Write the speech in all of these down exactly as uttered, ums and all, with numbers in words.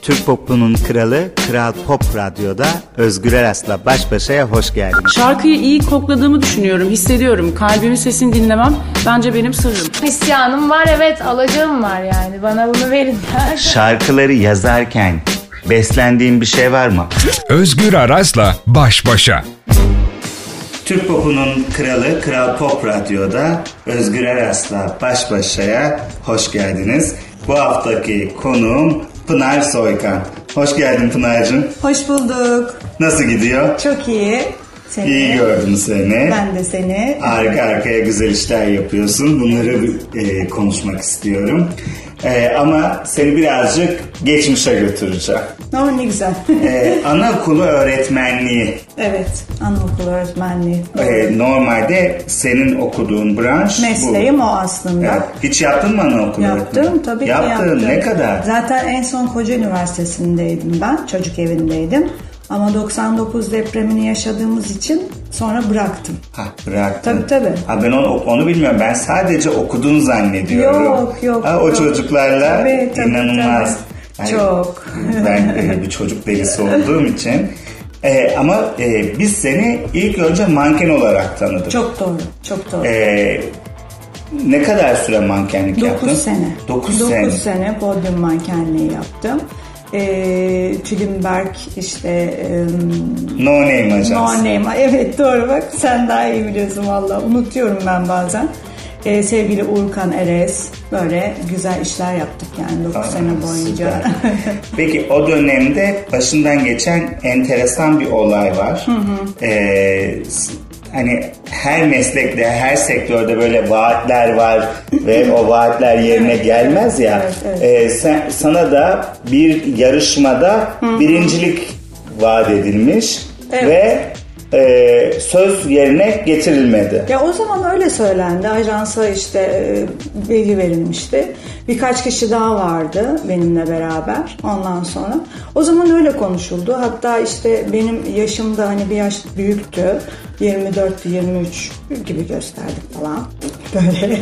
Türk popunun kralı Kral Pop Radyo'da Özgür Eras'la baş başaya hoş geldiniz. Şarkıyı iyi kokladığımı düşünüyorum, hissediyorum. Kalbimin sesini dinlemem bence benim sırrım. İsyanım var, evet, alacağım var yani. Bana bunu verin. Şarkıları yazarken beslendiğin bir şey var mı? Özgür Eras'la baş başa. Türk popunun kralı Kral Pop Radyo'da Özgür Eras'la baş başaya hoş geldiniz. Bu haftaki konuğum Pınar Soykan. Hoş geldin Pınar'cığım. Hoş bulduk. Nasıl gidiyor? Çok iyi. Seni. İyi gördüm seni. Ben de seni. Arka arkaya güzel işler yapıyorsun. Bunları e, konuşmak istiyorum. E, ama seni birazcık geçmişe götüreceğim. Oh, ne güzel. e, anaokulu öğretmenliği. Evet, anaokulu öğretmenliği. E, normalde senin okuduğun branş mesleğim bu. o aslında. Evet. Hiç yaptın mı anaokulu Yaptım, öğretmenliği? tabii ki yaptın. yaptım. Ne kadar? Zaten en son Koca Üniversitesi'ndeydim ben. Çocuk evindeydim. Ama doksan dokuz depremini yaşadığımız için sonra bıraktım. Ha, bıraktın. Tabii tabii. Ha, ben onu, onu bilmiyorum. Ben sadece okuduğunu zannediyorum. Yok yok. Ha, o yok. çocuklarla tabii, tabii, inanılmaz. Tabii. Yani çok. Ben e, bir çocuk delisi olduğum için. E, ama e, biz seni ilk önce manken olarak tanıdık. Çok doğru. Çok doğru. E, ne kadar süre mankenlik yaptın? dokuz sene. dokuz dokuz sene. sene podyum mankenliği yaptım. E, Tülinberg işte e, No Name Ajans. No Name, evet doğru, bak sen daha iyi biliyorsun valla, unutuyorum ben bazen. E, sevgili Urkan Eres, böyle güzel işler yaptık yani dokuz sene boyunca. Peki o dönemde başından geçen enteresan bir olay var. Hı hı. E, Hani her meslekte, her sektörde böyle vaatler var ve o vaatler yerine evet, gelmez ya. Evet, evet. E, sen, sana da bir yarışmada Hı-hı. birincilik vaat edilmiş evet. ve e, söz yerine getirilmedi. Ya o zaman öyle söylendi. Ajansa işte e, bilgi verilmişti. Birkaç kişi daha vardı benimle beraber ondan sonra. O zaman öyle konuşuldu. Hatta işte benim yaşım da hani bir yaş büyüktü. yirmi dört yirmi üç gibi gösterdik falan. Böyle.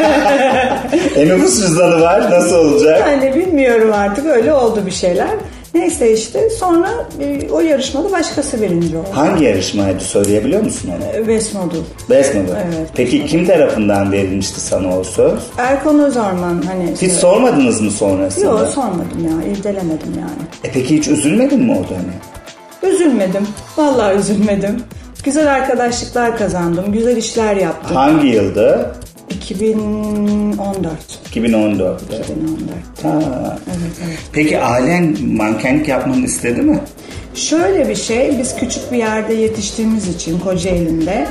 E nüfus cüzdanı var. Nasıl olacak? Yani bilmiyorum artık. Öyle oldu bir şeyler. Neyse işte sonra e, o yarışmada başkası birinci oldu. Hangi yarışmaydı, söyleyebiliyor musun onu? Best Model. Best Model. Evet. Peki kim tarafından verilmişti sana o söz? Erkan Özorman. Hani hiç sormadınız mı sonrasında? Yok, sormadım ya. İrdelemedim yani. E peki hiç üzülmedin mi o dönem? Üzülmedim. Vallahi üzülmedim. Güzel arkadaşlıklar kazandım. Güzel işler yaptım. Hangi yıldı? iki bin on dört. iki bin on dört. iki bin on dört. Ha. Evet, evet. Peki ailen mankenlik yapmanı istedi mi? Şöyle bir şey, biz küçük bir yerde yetiştiğimiz için Kocaeli'nde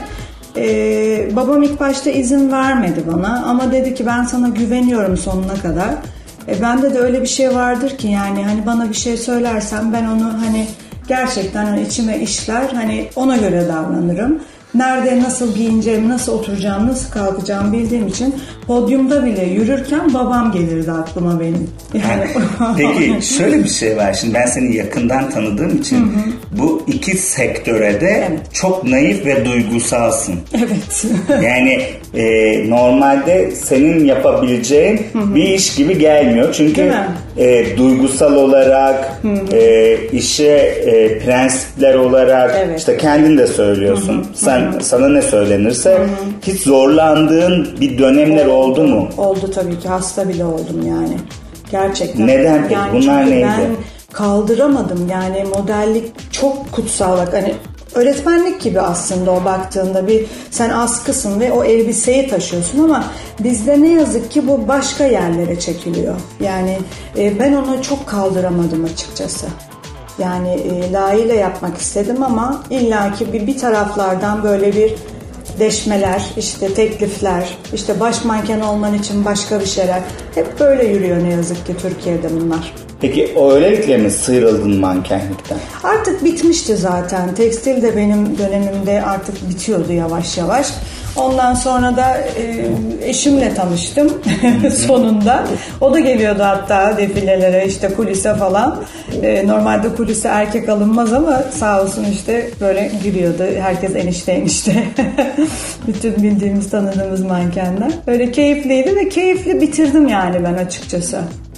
ee, babam ilk başta izin vermedi bana ama dedi ki ben sana güveniyorum sonuna kadar. E, bende de öyle bir şey vardır ki yani hani bana bir şey söylersen ben onu hani gerçekten hani içime işler, hani ona göre davranırım. Nerede nasıl giyineceğimi, nasıl oturacağım, nasıl kalkacağım bildiğim için podyumda bile yürürken babam gelirdi aklıma benim. Yani... Peki şöyle bir şey var. Şimdi ben seni yakından tanıdığım için hı hı. bu iki sektöre de evet. çok naif ve duygusalsın. Evet. Yani e, normalde senin yapabileceğin hı hı. bir iş gibi gelmiyor. Çünkü e, duygusal olarak, hı hı. E, işe e, prensipler olarak evet. işte kendin de söylüyorsun. Hı hı. Sen sana ne söylenirse Hı-hı. hiç zorlandığın bir dönemler oldu, oldu mu? Oldu tabii ki, hasta bile oldum yani. Gerçekten. Neden peki? Yani bunlar neydi? Ben kaldıramadım yani, modellik çok kutsal, bak hani öğretmenlik gibi aslında o, baktığında bir sen askısın ve o elbiseyi taşıyorsun ama bizde ne yazık ki bu başka yerlere çekiliyor. Yani e, ben onu çok kaldıramadım açıkçası. Yani e, layığıyla yapmak istedim ama illaki bir, bir taraflardan böyle bir deşmeler, işte teklifler, işte baş manken olman için başka bir şeyler hep böyle yürüyor ne yazık ki Türkiye'de bunlar. Peki o öylelikle mi sıyrıldın mankenlikten? Artık bitmişti zaten. Tekstil de benim dönemimde artık bitiyordu yavaş yavaş. Ondan sonra da e, eşimle tanıştım sonunda. O da geliyordu hatta defilelere, işte kulise falan. E, normalde kulise erkek alınmaz ama sağ olsun işte böyle giriyordu. Herkes enişte enişte. Bütün bildiğimiz, tanıdığımız mankenler. Böyle keyifliydi ve keyifli bitirdim yani ben açıkçası.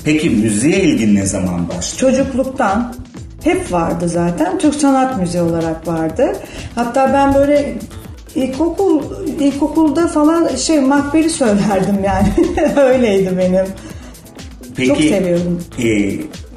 Peki müziğe ilgin ne zaman başladı? Çocukluktan hep vardı zaten. Türk sanat müziği olarak vardı. Hatta ben böyle ilkokul ilkokulda falan şey Makberi söylerdim yani. Öyleydi benim. Peki, çok seviyordum. E,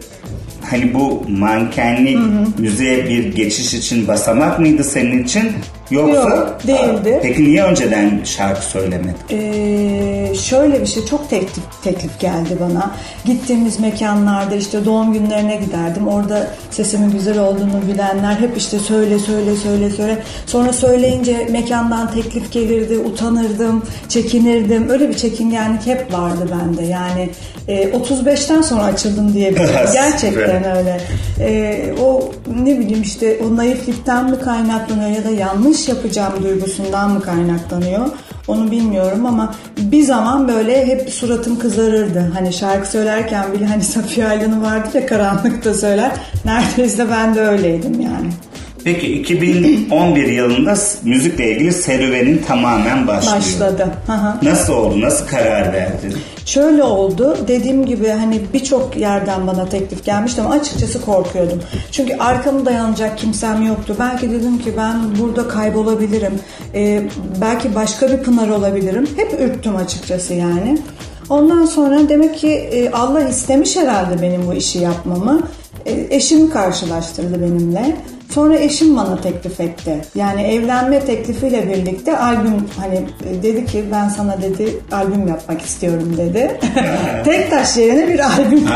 hani bu mankenlik, hı hı, müziğe bir geçiş için basamak mıydı senin için? Yoksa? Yok, değildi. Aa, peki niye önceden şarkı söylemedin? Ee, şöyle bir şey, çok teklif, teklif geldi bana. Gittiğimiz mekanlarda işte doğum günlerine giderdim. Orada sesimin güzel olduğunu bilenler hep işte söyle söyle söyle söyle. Sonra söyleyince mekandan teklif gelirdi, utanırdım, çekinirdim. Öyle bir çekingenlik hep vardı bende. Yani e, otuz beşten sonra açıldım diyebilirim. Gerçekten öyle. E, o ne bileyim işte o naiflikten mi kaynaklanıyor ya da yanlış yapacağım duygusundan mı kaynaklanıyor onu bilmiyorum ama bir zaman böyle hep suratım kızarırdı. Hani şarkı söylerken bile hani Safiye Aylan'ın vardı ya karanlıkta söyler. Neredeyse ben de öyleydim yani. Peki iki bin on bir yılında müzikle ilgili serüvenin tamamen başlıyor. Başladı. Aha. Nasıl oldu? Nasıl karar verdin? Şöyle oldu. Dediğim gibi hani birçok yerden bana teklif gelmişti ama açıkçası korkuyordum. Çünkü arkamı dayanacak kimsem yoktu. Belki dedim ki ben burada kaybolabilirim. Ee, belki başka bir Pınar olabilirim. Hep ürktüm açıkçası yani. Ondan sonra demek ki Allah istemiş herhalde benim bu işi yapmamı. Eşimi karşılaştırdı benimle. Sonra eşim bana teklif etti. Yani evlenme teklifiyle birlikte albüm hani dedi ki ben sana dedi albüm yapmak istiyorum dedi. Tek taş yerine bir albüm.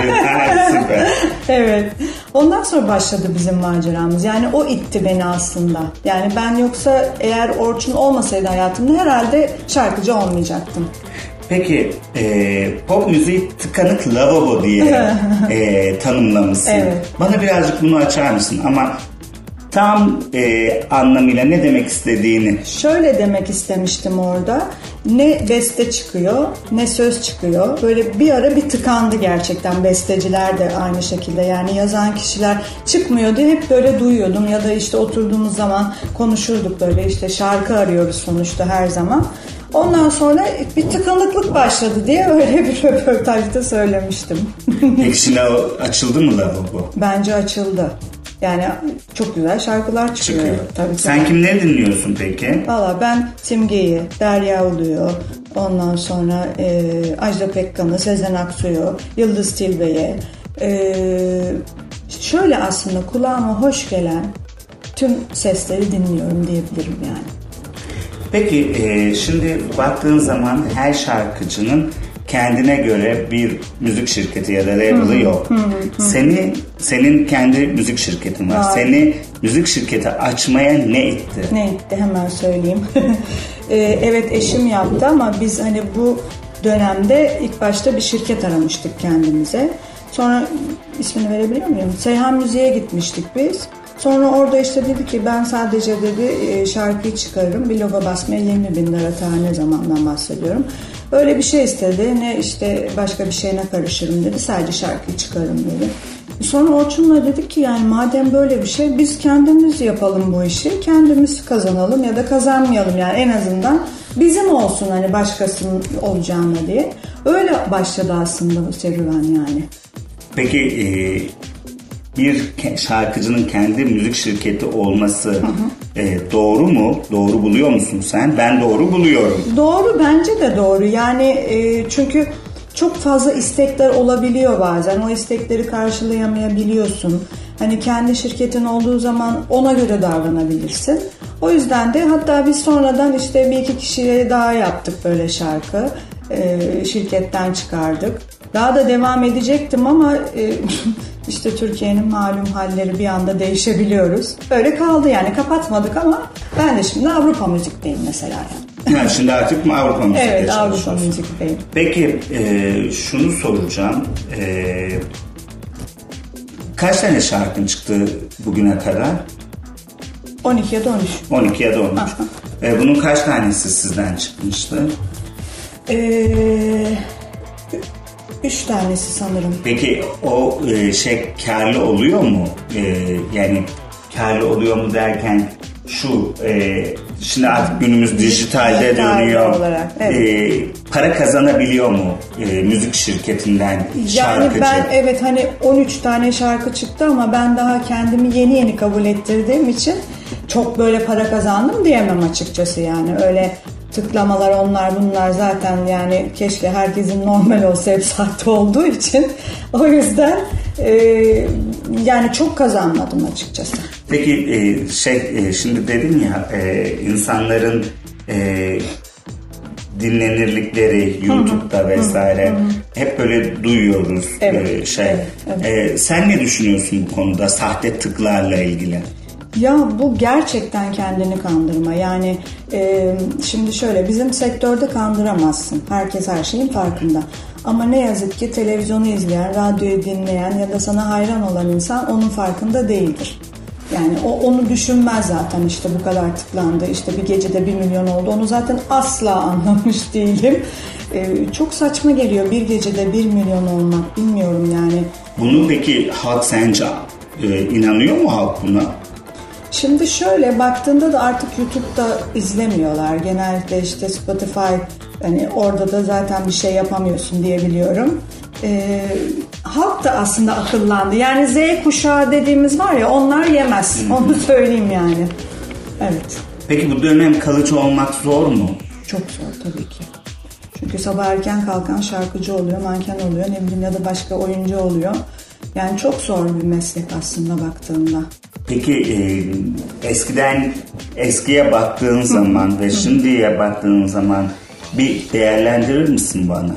Süper. Evet. Ondan sonra başladı bizim maceramız. Yani o itti beni aslında. Yani ben yoksa eğer Orçun olmasaydı hayatımda herhalde şarkıcı olmayacaktım. Peki e, pop müziği tıkanık lavabo diye e, tanımlamışsın. Evet. Bana birazcık bunu açar mısın? Ama tam e, anlamıyla ne demek istediğini. Şöyle demek istemiştim orada. Ne beste çıkıyor ne söz çıkıyor. Böyle bir ara bir tıkandı gerçekten. Besteciler de aynı şekilde. Yani yazan kişiler çıkmıyor diye hep böyle duyuyordum. Ya da işte oturduğumuz zaman konuşurduk böyle işte şarkı arıyoruz sonuçta her zaman. Ondan sonra bir tıkanıklık başladı diye öyle bir röportajda söylemiştim. Peki şimdi açıldı mı lavabo? Bence açıldı. Yani çok güzel şarkılar çıkıyor. çıkıyor. Tabii, Sen tabii. kimleri dinliyorsun peki? Valla ben Simge'yi, Derya Ulu'yu, ondan sonra e, Ajda Pekkan'ı, Sezen Aksu'yu, Yıldız Tilbe'yi. E, şöyle aslında kulağıma hoş gelen tüm sesleri dinliyorum diyebilirim yani. Peki e, şimdi baktığın zaman her şarkıcının kendine göre bir müzik şirketi ya da label'ı yok. Hı hı, hı. Seni senin kendi müzik şirketin var. var. Seni müzik şirketi açmaya ne itti? Ne itti hemen söyleyeyim. ee, evet eşim yaptı ama biz hani bu dönemde ilk başta bir şirket aramıştık kendimize. Sonra ismini verebiliyor muyum? Seyhan Müziğe gitmiştik biz. Sonra orada işte dedi ki ben sadece dedi şarkıyı çıkarırım. Bir logo basmaya yirmi bin lira tane zamandan bahsediyorum. Öyle bir şey istedi. Ne işte başka bir şeyine karışırım dedi. Sadece şarkıyı çıkarırım dedi. Sonra Orçun'la dedik ki yani madem böyle bir şey biz kendimiz yapalım bu işi. Kendimiz kazanalım ya da kazanmayalım yani en azından bizim olsun hani başkasının olacağına diye. Öyle başladı aslında bu serüven yani. Peki e, bir şarkıcının kendi müzik şirketi olması hı hı. E, doğru mu? Doğru buluyor musun sen? Ben doğru buluyorum. Doğru bence de doğru. Yani e, çünkü çok fazla istekler olabiliyor bazen. O istekleri karşılayamayabiliyorsun. Hani kendi şirketin olduğu zaman ona göre davranabilirsin. O yüzden de hatta biz sonradan işte bir iki kişiye daha yaptık böyle şarkı. E, şirketten çıkardık. Daha da devam edecektim ama e, işte Türkiye'nin malum halleri bir anda değişebiliyoruz. Öyle kaldı yani kapatmadık ama ben de şimdi Avrupa müzikteyim mesela. Yani. Yani şimdi artık mı Avrupa müzikte evet, çalışıyorsun? Avrupa müzikteyim. Peki e, şunu soracağım. E, kaç tane şarkın çıktı bugüne kadar? on iki ya da on üç. on iki ya da on üç. E, bunun kaç tanesi sizden çıkmıştı? Eee... Üç tanesi sanırım. Peki o e, şey karlı oluyor mu? E, yani karlı oluyor mu derken şu e, şimdi artık günümüz dijitalde Dijital dönüyor. olarak, evet. E, para kazanabiliyor mu e, müzik şirketinden şarkıcı? Yani ben evet hani on üç tane şarkı çıktı ama ben daha kendimi yeni yeni kabul ettirdiğim için çok böyle para kazandım diyemem açıkçası yani. Öyle tıklamalar onlar bunlar zaten yani keşke herkesin normal olsa hep sahte olduğu için o yüzden e, yani çok kazanmadım açıkçası. Peki e, şey e, şimdi dedin ya e, insanların e, dinlenirlikleri YouTube'da hı hı, vesaire hı hı. hep böyle duyuyoruz evet, e, şey. Evet, evet. E, sen ne düşünüyorsun bu konuda sahte tıklarla ilgili? Ya bu gerçekten kendini kandırma. Yani e, şimdi şöyle bizim sektörde kandıramazsın. Herkes her şeyin farkında. Ama ne yazık ki televizyonu izleyen, radyoyu dinleyen ya da sana hayran olan insan onun farkında değildir. Yani o onu düşünmez zaten işte bu kadar tıklandı, işte bir gecede bir milyon oldu. Onu zaten asla anlamış değilim. Ee, çok saçma geliyor bir gecede bir milyon olmak, bilmiyorum yani. Bunu peki halk sence e, inanıyor mu halk buna? Şimdi şöyle baktığında da artık YouTube'da izlemiyorlar. Genellikle işte Spotify, hani orada da zaten bir şey yapamıyorsun diye biliyorum. Ee, halk da aslında akıllandı. Yani Z kuşağı dediğimiz var ya onlar yemez. Hmm. Onu söyleyeyim yani. Evet. Peki bu dönem kalıcı olmak zor mu? Çok zor tabii ki. Çünkü sabah erken kalkan şarkıcı oluyor, manken oluyor, ne bileyim ya da başka oyuncu oluyor. Yani çok zor bir meslek aslında baktığında. Peki e, eskiden eskiye baktığın zaman Hı. ve şimdiye baktığın zaman bir değerlendirir misin bana?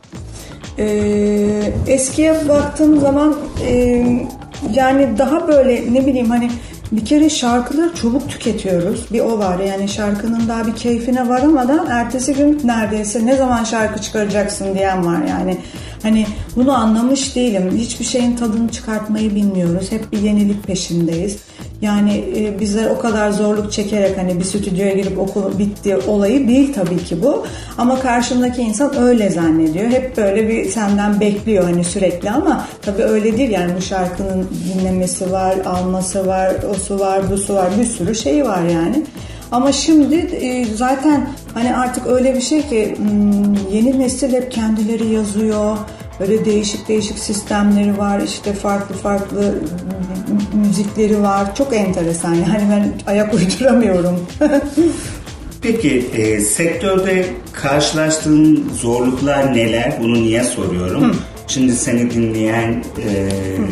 Ee, eskiye baktığım zaman e, yani daha böyle ne bileyim hani bir kere şarkıları çabuk tüketiyoruz. Bir o var yani şarkının daha bir keyfine varamadan ertesi gün neredeyse ne zaman şarkı çıkaracaksın diyen var yani. Hani bunu anlamış değilim. Hiçbir şeyin tadını çıkartmayı bilmiyoruz. Hep bir yenilik peşindeyiz. Yani e, bizler o kadar zorluk çekerek hani bir stüdyoya girip okul bitti olayı değil tabii ki bu. Ama karşımdaki insan öyle zannediyor. Hep böyle bir senden bekliyor hani sürekli ama tabii öyle değil yani bu şarkının dinlemesi var, alması var, osu var, busu var, bir sürü şey var yani. Ama şimdi e, zaten hani artık öyle bir şey ki yeni nesil hep kendileri yazıyor. Böyle değişik değişik sistemleri var. İşte farklı farklı müzikleri var. Çok enteresan yani ben ayak uyduramıyorum. Peki e, sektörde karşılaştığın zorluklar neler? Bunu niye soruyorum? Hı. Şimdi seni dinleyen e,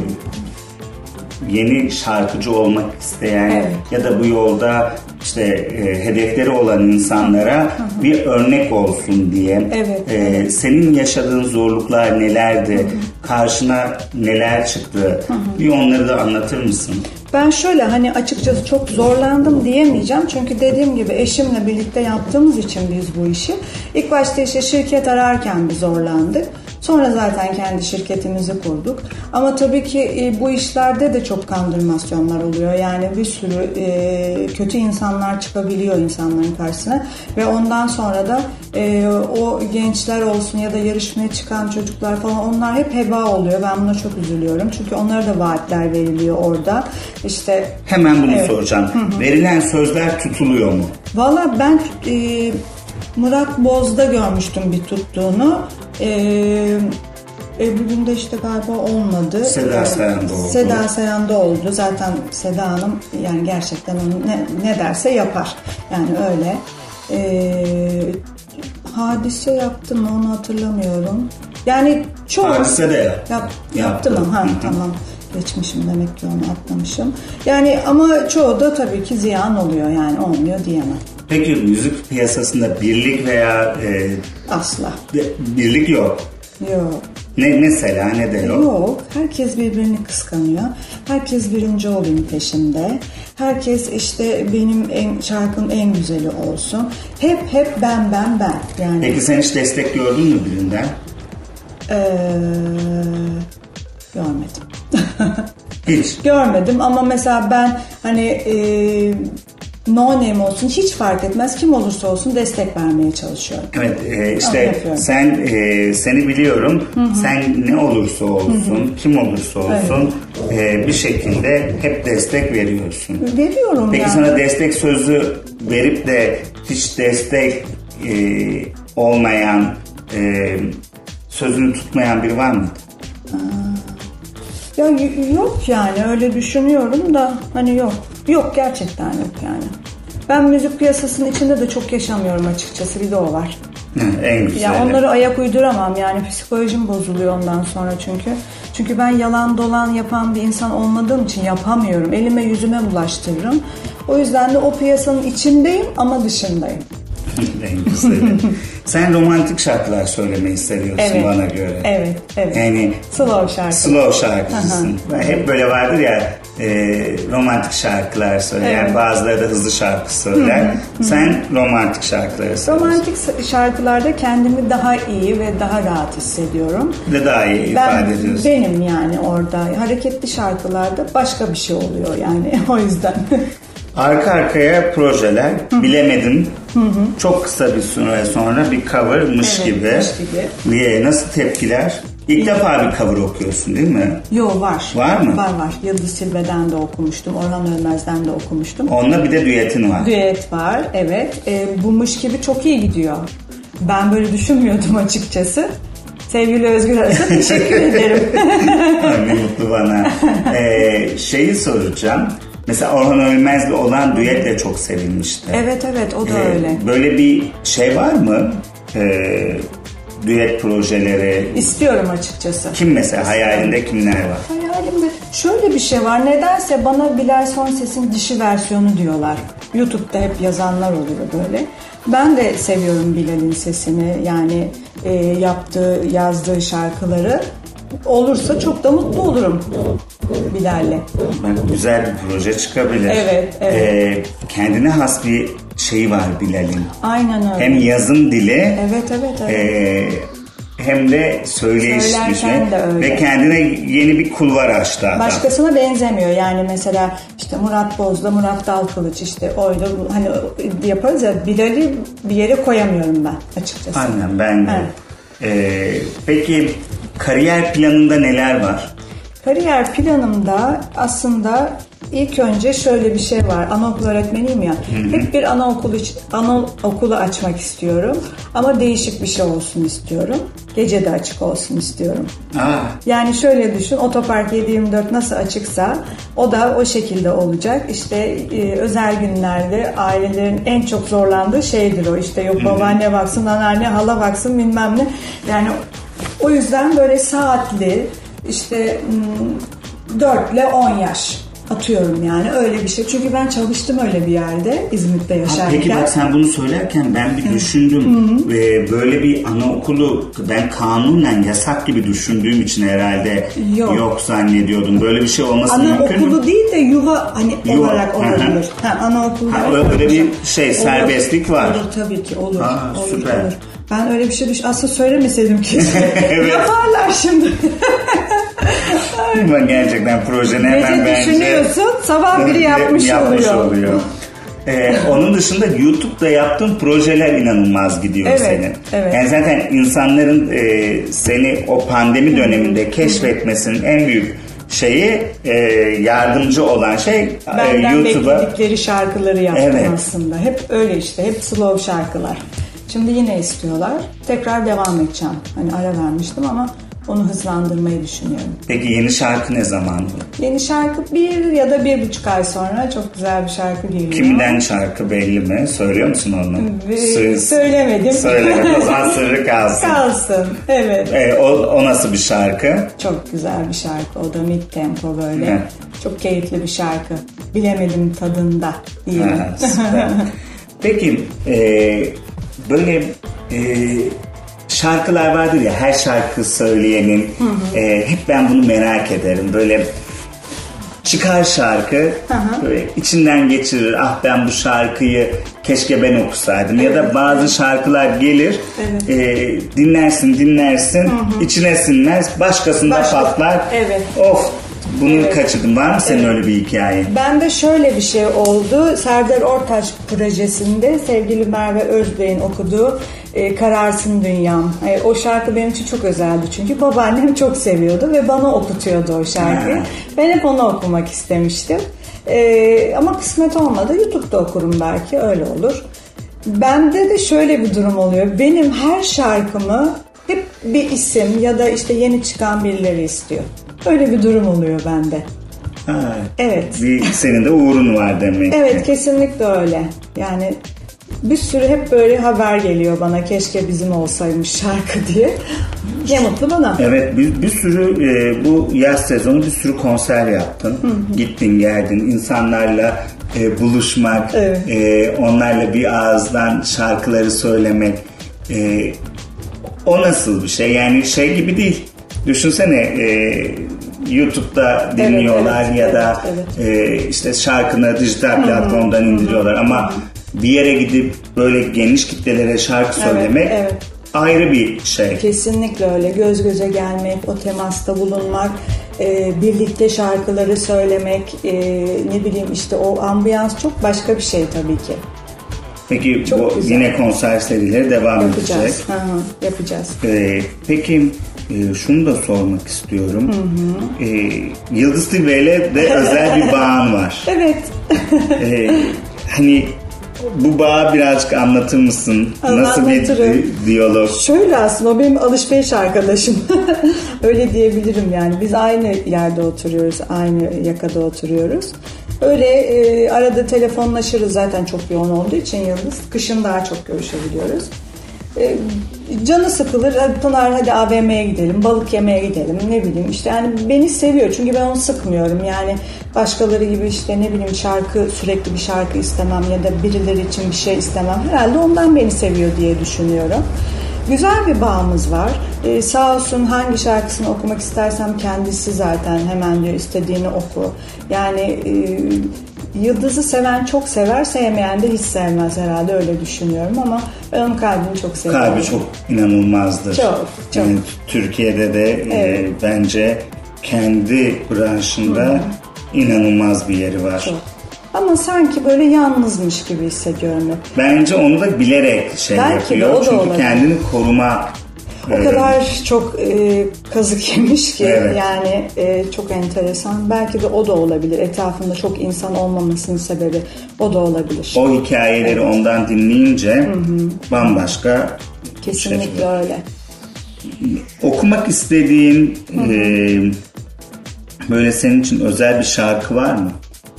yeni şarkıcı olmak isteyen evet. ya da bu yolda işte e, hedefleri olan insanlara hı hı. bir örnek olsun diye. Evet, e, evet. Senin yaşadığın zorluklar nelerdi? Hı hı. Karşına neler çıktı? Hı hı. Bir onları da anlatır mısın? Ben şöyle hani açıkçası çok zorlandım diyemeyeceğim. Çünkü dediğim gibi eşimle birlikte yaptığımız için biz bu işi. İlk başta işte şirket ararken bir zorlandık. Sonra zaten kendi şirketimizi kurduk. Ama tabii ki e, bu işlerde de çok kandırmasyonlar oluyor. Yani bir sürü e, kötü insanlar çıkabiliyor insanların karşısına. Ve ondan sonra da e, o gençler olsun ya da yarışmaya çıkan çocuklar falan onlar hep heba oluyor. Ben buna çok üzülüyorum. Çünkü onlara da vaatler veriliyor orada. İşte hemen bunu evet. soracağım. Hı hı. Verilen sözler tutuluyor mu? Valla ben e, Murat Boz'da görmüştüm bir tuttuğunu. Ee, Ebru'nun de işte galiba olmadı. Seda Sayan'da oldu. Seda Sayan'da oldu. Zaten Seda Hanım yani gerçekten onu ne, ne derse yapar. Yani öyle. Ee, hadise yaptı mı onu hatırlamıyorum. Yani çoğu... Hadise de yap. Yap, yaptı mı? Ha, tamam. Geçmişim demek ki onu atlamışım. Yani ama çoğu da tabii ki ziyan oluyor yani olmuyor diyemem. Peki müzik piyasasında birlik veya e, asla birlik yok. Yok. Ne mesela ne de yok? Yok. Herkes birbirini kıskanıyor. Herkes birinci olayım peşinde. Herkes işte benim en, şarkım en güzeli olsun. Hep hep ben ben ben. Yani. Peki sen hiç destek gördün mü birinden? Ee, görmedim. Hiç. Görmedim ama mesela ben hani e, no name olsun hiç fark etmez kim olursa olsun destek vermeye çalışıyorum. Evet e, işte sen e, seni biliyorum. Hı hı. Sen ne olursa olsun, hı hı. kim olursa olsun evet. e, bir şekilde hep destek veriyorsun. Veriyorum. Peki yani. sana destek sözü verip de hiç destek e, olmayan e, sözünü tutmayan biri var mıydı? Ya y- yok yani öyle düşünüyorum da hani yok. Yok gerçekten yok yani. Ben müzik piyasasının içinde de çok yaşamıyorum açıkçası, bir de o var. En güzeli. Ya onları ayak uyduramam yani, psikolojim bozuluyor ondan sonra çünkü. Çünkü ben yalan dolan yapan bir insan olmadığım için yapamıyorum. Elime yüzüme bulaştırırım. O yüzden de o piyasanın içindeyim ama dışındayım. En güzeli. Sen romantik şarkılar söylemeyi seviyorsun Evet. bana göre. Evet, evet. Yani Slow şarkı. slow şarkıcısın. Hep böyle vardır ya e, romantik şarkılar söyler. Evet. Yani bazıları da hızlı şarkı söyler. Sen romantik şarkıları söylüyorsun. Romantik şarkılarda kendimi daha iyi ve daha rahat hissediyorum. de daha iyi Ben ifade ediyorsun. benim yani orada hareketli şarkılarda başka bir şey oluyor yani o yüzden. Arka arkaya projeler, bilemedim. Hı hı. Çok kısa bir süre sonra bir covermış Evet, gibi. mış gibi. Niye? Nasıl tepkiler? İlk defa bir cover okuyorsun değil mi? Yo var. Var mı? Var var. Yıldız Silbe'den de okumuştum. Orhan Ölmez'den de okumuştum. Onunla bir de düetin var. Düet var evet. E, bu mış gibi çok iyi gidiyor. Ben böyle düşünmüyordum açıkçası. Sevgili Özgür Aras'a teşekkür ederim. Ne mutlu bana. Ee, şeyi soracağım. Mesela Orhan Ölmez'le olan düetle çok sevilmişti. Evet evet o da Ee, öyle. Böyle bir şey var mı? Ee, düet projeleri. İstiyorum açıkçası. Kim mesela hayalinde kimler var? Hayalimde şöyle bir şey var. Nedense bana Bilal Sonses'in dişi versiyonu diyorlar. YouTube'da hep yazanlar oluyor böyle. Ben de seviyorum Bilal'in sesini. Yani e, yaptığı, yazdığı şarkıları. Olursa çok da mutlu olurum Bilal'le. Bak, güzel bir proje çıkabilir. Evet, evet. Ee, kendine has bir şeyi var Bilal'in. Aynen öyle. Hem yazım dili. Evet evet evet. E, hem de söyleyiş Söylerken gücü. de öyle. Ve kendine yeni bir kulvar açtı adam. Başkasına benzemiyor. Yani mesela işte Murat Boz'da Murat Dalkılıç işte oydu. Hani yaparız ya, Bilal'i bir yere koyamıyorum ben açıkçası. Aynen ben de. Evet. Ee, peki kariyer planında neler var? Kariyer planımda aslında ilk önce şöyle bir şey var. Anaokulu öğretmeniyim ya. Hı-hı. Hep bir anaokulu anaokulu açmak istiyorum. Ama değişik bir şey olsun istiyorum. Gece de açık olsun istiyorum. Aa. Yani şöyle düşün. Otopark yedi yirmi dört nasıl açıksa o da o şekilde olacak. İşte e, özel günlerde ailelerin en çok zorlandığı şeydir o. İşte yok babaanne baksın, anneanne, hala baksın bilmem ne. Yani o yüzden böyle saatli işte dört ile on yaş atıyorum yani öyle bir şey. Çünkü ben çalıştım öyle bir yerde İzmit'te yaşarken. Ha, peki bak sen bunu söylerken ben bir düşündüm. Ve böyle bir anaokulu ben kanunen yasak gibi düşündüğüm için herhalde yok, yok zannediyordum. Böyle bir şey olması ana mümkün mü? Anaokulu değil de yuva hani yuva olarak olabilir. Ha, anaokulu. Ha, öyle bir şey serbestlik var. Olur tabii ki olur. Ha, olur, süper. olur. Ben öyle bir şey düş. Aslında söylemeseydim ki. Evet. Yaparlar şimdi. Ama gerçekten projeni hemen Gece bence düşünüyorsun, sabah biri yapmış, yapmış oluyor. oluyor. Ee, onun dışında YouTube'da yaptığın projeler inanılmaz gidiyor evet, senin. Evet. Yani zaten insanların e, seni o pandemi döneminde Hı-hı. keşfetmesinin en büyük şeyi e, yardımcı olan şey benden e, YouTube'a. bekledikleri şarkıları yaptım evet. aslında. Hep öyle işte, hep slow şarkılar. Şimdi yine istiyorlar. Tekrar devam edeceğim. Hani ara vermiştim ama onu hızlandırmayı düşünüyorum. Peki yeni şarkı ne zaman? Yeni şarkı bir ya da bir buçuk ay sonra çok güzel bir şarkı geliyor. Kimden şarkı belli mi? Söylüyor musun onu? Ve söylemedim. Söylemedim. O zaman sırrı kalsın. Kalsın. Evet. E, o, o nasıl bir şarkı? Çok güzel bir şarkı. O da mid tempo böyle. Evet. Çok keyifli bir şarkı. Bilemedim tadında diyelim. Ha, peki e, böyle e, şarkılar vardır ya, her şarkı söyleyenin hı hı. E, hep ben bunu merak ederim. Böyle çıkar şarkı, hı hı. böyle içinden geçirir. Ah ben bu şarkıyı keşke ben okusaydım. Evet. Ya da bazı şarkılar gelir, evet. e, dinlersin dinlersin, hı hı. içine sinmez, başkasında Başka, patlar. Evet. Of. Bunu evet. kaçırdım. Var mı senin evet. öyle bir hikaye? Ben de şöyle bir şey oldu. Serdar Ortaç projesinde sevgili Merve Özbey'in okuduğu e, Kararsın Dünyam. E, o şarkı benim için çok özeldi. Çünkü babaannem çok seviyordu ve bana okutuyordu o şarkıyı. Ha. Ben hep onu okumak istemiştim. E, ama kısmet olmadı. YouTube'da okurum belki. Öyle olur. Bende de şöyle bir durum oluyor. Benim her şarkımı hep bir isim ya da işte yeni çıkan birileri istiyor. Öyle bir durum oluyor bende. Ha, evet. Bir, senin de uğrun var demek. Evet, kesinlikle öyle. Yani bir sürü hep böyle haber geliyor bana, keşke bizim olsaymış şarkı diye. Ne mutlu bana. Evet, bir, bir sürü e, bu yaz sezonu bir sürü konser yaptın. Hı hı. Gittin geldin insanlarla e, buluşmak, evet. e, onlarla bir ağızdan şarkıları söylemek. E, o nasıl bir şey? Yani şey gibi değil. Düşünsene e, YouTube'da dinliyorlar, evet, evet, ya da evet, evet. E, işte şarkını dijital platformdan indiriyorlar, ama bir yere gidip böyle geniş kitlelere şarkı söylemek, evet, evet. ayrı bir şey. Kesinlikle öyle. Göz göze gelmek, o temasta bulunmak, e, birlikte şarkıları söylemek, e, ne bileyim işte o ambiyans çok başka bir şey tabii ki. Peki çok bu güzel. Yine konser serileri devam yapacağız. edecek. Hı hı, yapacağız. Ee, peki e, şunu da sormak istiyorum. Hı hı. Ee, Yıldız Tilbe ile de özel bir bağın var. Evet. ee, hani bu bağı birazcık anlatır mısın? Nasıl Anlatırım. bir diyalog? Şöyle, aslında o benim alışveriş arkadaşım. Öyle diyebilirim yani. Biz aynı yerde oturuyoruz, aynı yakada oturuyoruz. Öyle e, arada telefonlaşırız, zaten çok yoğun olduğu için Yıldız. Kışın daha çok görüşebiliyoruz. E, canı sıkılır, Pınar hadi A V M'ye gidelim, balık yemeye gidelim, ne bileyim işte, yani beni seviyor çünkü ben onu sıkmıyorum. Yani başkaları gibi işte ne bileyim şarkı, sürekli bir şarkı istemem ya da birileri için bir şey istemem. Herhalde ondan beni seviyor diye düşünüyorum. Güzel bir bağımız var. Ee, sağ olsun, hangi şarkısını okumak istersem kendisi zaten hemen diyor istediğini oku. Yani e, Yıldız'ı seven çok sever, sevmeyen de hiç sevmez herhalde, öyle düşünüyorum, ama ben onun kalbini çok seviyorum. Kalbi çok inanılmazdır. Çok, çok. Yani Türkiye'de de evet. e, bence kendi branşında Hı-hı. inanılmaz bir yeri var. Çok. Ama sanki böyle yalnızmış gibi hissediyorum hep. Bence onu da bilerek şey belki yapıyor. Çünkü olabilir. Kendini koruma. O e, kadar çok e, kazık yemiş ki evet. yani e, çok enteresan. Belki de o da olabilir. Etrafında çok insan olmamasının sebebi o da olabilir. O hikayeleri evet. ondan dinleyince Hı-hı. bambaşka. Kesinlikle şey. Öyle. Okumak istediğin e, böyle senin için özel bir şarkı var mı?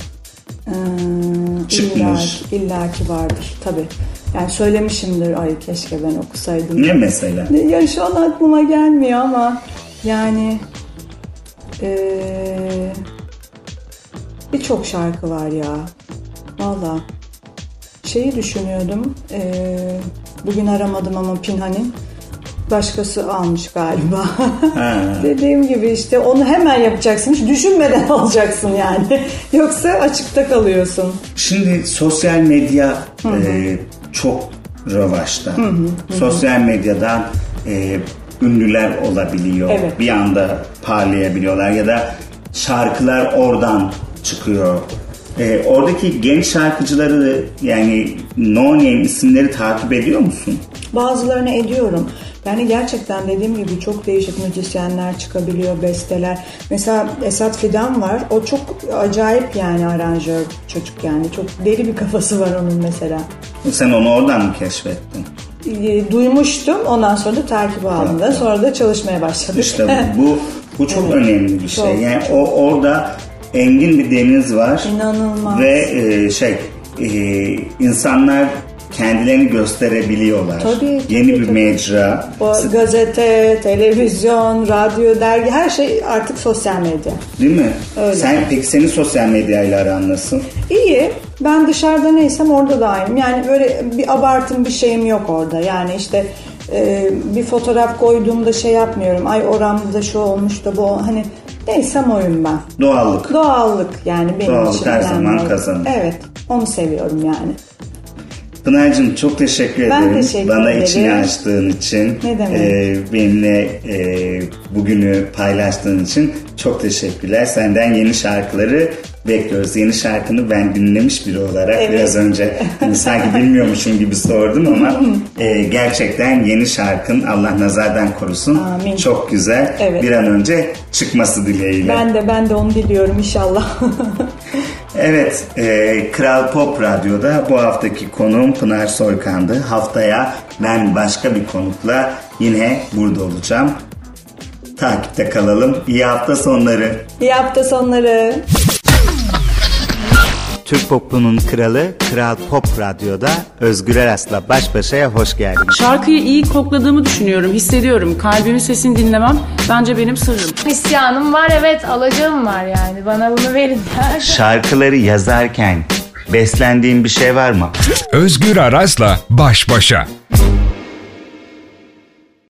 Ee, Çıkmış. İlla, illaki vardır tabii. Yani söylemişimdir, ay keşke ben okusaydım. Ne mesela? Ya şu an aklıma gelmiyor ama yani ee, birçok şarkı var ya. Valla şeyi düşünüyordum. Ee, bugün aramadım ama Pinhani başkası almış galiba. Dediğim gibi işte onu hemen yapacaksın. Hiç düşünmeden alacaksın yani. Yoksa açıkta kalıyorsun. Şimdi sosyal medya e, çok revaçta. Hı hı, hı. Sosyal medyadan e, ünlüler olabiliyor. Evet. Bir anda parlayabiliyorlar ya da şarkılar oradan çıkıyor. E, oradaki genç şarkıcıları, yani no name isimleri takip ediyor musun? Bazılarını ediyorum. Yani gerçekten dediğim gibi çok değişik müzisyenler çıkabiliyor, besteler. Mesela Esat Fidan var. O çok acayip yani aranjör çocuk yani. Çok deli bir kafası var onun mesela. Sen onu oradan mı keşfettin? E, duymuştum. Ondan sonra da takip aldım da. Sonra da çalışmaya başladık. İşte bu bu çok evet. önemli bir şey. Çok, yani çok. o orada engin bir deniz var. İnanılmaz. Ve e, şey e, insanlar kendilerini gösterebiliyorlar. Tabii, Yeni tabii, bir tabii. mecra. O gazete, televizyon, radyo, dergi, her şey artık sosyal medya. Değil mi? Öyle. Sen peki senin sosyal medyayla aran nasıl? İyi. Ben dışarıda neysem orada da aynıyım. Yani böyle bir abartım bir şeyim yok orada. Yani işte e, bir fotoğraf koyduğumda şey yapmıyorum. Ay oramda şu olmuş da bu, hani neysem oyum ben. Doğallık. Doğallık yani benim Doğallık için. her yani zaman kazanır. Evet. Onu seviyorum yani. Pınar'cığım çok teşekkür ben ederim. Teşekkür Bana ederim. içini açtığın için. Ne demek? E, benimle e, bugünü paylaştığın için çok teşekkürler. Senden yeni şarkıları bekliyoruz. Yeni şarkını ben dinlemiş biri olarak evet. biraz önce hani sanki bilmiyormuşum gibi sordum ama e, gerçekten yeni şarkın, Allah nazardan korusun. Amin. Çok güzel. Evet. Bir an önce çıkması dileğiyle. Ben de ben de onu diliyorum inşallah. Evet, e, Kral Pop Radyo'da bu haftaki konuğum Pınar Soykan'dı. Haftaya ben başka bir konukla yine burada olacağım. Takipte kalalım. İyi hafta sonları. İyi hafta sonları. Türk Pop'unun kralı Kral Pop Radyo'da Özgür Aras'la baş başaya hoş geldiniz. Şarkıyı iyi kokladığımı düşünüyorum, hissediyorum. Kalbimin sesini dinlemem bence benim sırrım. İsyanım var, evet, alacağım var yani. Bana bunu verin. Şarkıları yazarken beslendiğin bir şey var mı? Özgür Aras'la baş başa.